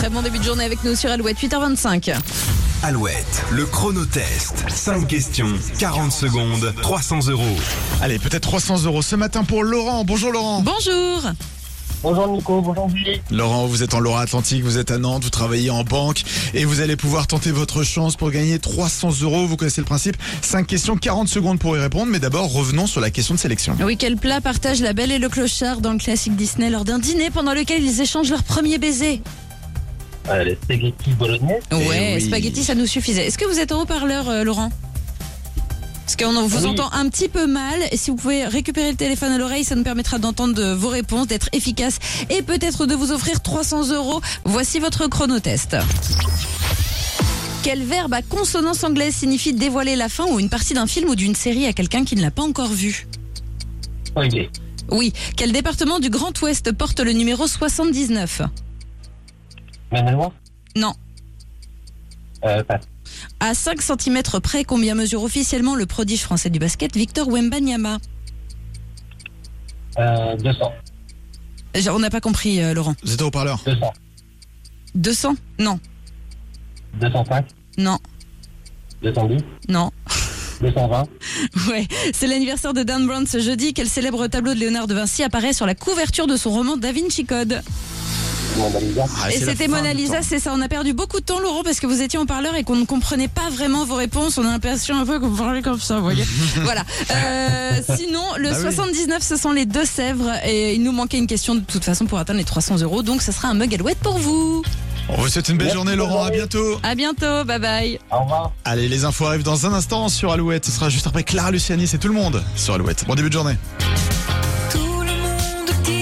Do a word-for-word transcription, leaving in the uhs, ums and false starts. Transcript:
Très bon début de journée avec nous sur Alouette, huit heures vingt-cinq. Alouette, le chronotest. cinq questions, quarante secondes, trois cents euros. Allez, peut-être trois cents euros ce matin pour Laurent. Bonjour Laurent. Bonjour. Bonjour Nico, bonjour Julie. Laurent, vous êtes en Loire-Atlantique, vous êtes à Nantes, vous travaillez en banque et vous allez pouvoir tenter votre chance pour gagner trois cents euros. Vous connaissez le principe. cinq questions, quarante secondes pour y répondre. Mais d'abord, revenons sur la question de sélection. Oui, quel plat partagent la Belle et le Clochard dans le classique Disney lors d'un dîner pendant lequel ils échangent leur premier baiser? Euh, les spaghettis bolognaise. Ouais, oui. spaghetti, ça nous suffisait. Est-ce que vous êtes en haut-parleur, euh, Laurent? Parce qu'on vous Oui. entend un petit peu mal. Et si vous pouvez récupérer le téléphone à l'oreille, ça nous permettra d'entendre de vos réponses, d'être efficace et peut-être de vous offrir trois cents euros. Voici votre chronotest. Quel verbe à consonance anglaise signifie dévoiler la fin ou une partie d'un film ou d'une série à quelqu'un qui ne l'a pas encore vu? Spoiler. Oui. Quel département du Grand Ouest porte le numéro soixante-dix-neuf? Maine-et-Loire. Non. Euh, passe. À cinq centimètres près, combien mesure officiellement le prodige français du basket Victor Wembanyama? Euh, deux cents. On n'a pas compris, euh, Laurent. Vous êtes au haut-parleur. deux cents. deux cents? Non. deux cent cinq. Non. deux cent dix. Non. deux cent vingt. Ouais, c'est l'anniversaire de Dan Brown ce jeudi. Quel célèbre tableau de Léonard de Vinci apparaît sur la couverture de son roman Da Vinci Code? Mona Lisa. Ah, Et c'est la c'était fin Mona du Lisa, temps. c'est ça. On a perdu beaucoup de temps, Laurent, parce que vous étiez en parleur et qu'on ne comprenait pas vraiment vos réponses. On a l'impression un peu que vous parlez comme ça, vous voyez. Voilà. Euh, sinon, le Bah oui. soixante-dix-neuf, ce sont les Deux-Sèvres. Et il nous manquait une question de toute façon pour atteindre les trois cents euros. Donc, ce sera un mug Alouette pour vous. On vous souhaite une belle Merci, journée Laurent, à bonne bientôt. À bientôt. Bye bye. Au revoir. Allez, les infos arrivent dans un instant sur Alouette. Ce sera juste après Clara Luciani, c'est tout le monde sur Alouette. Bon début de journée.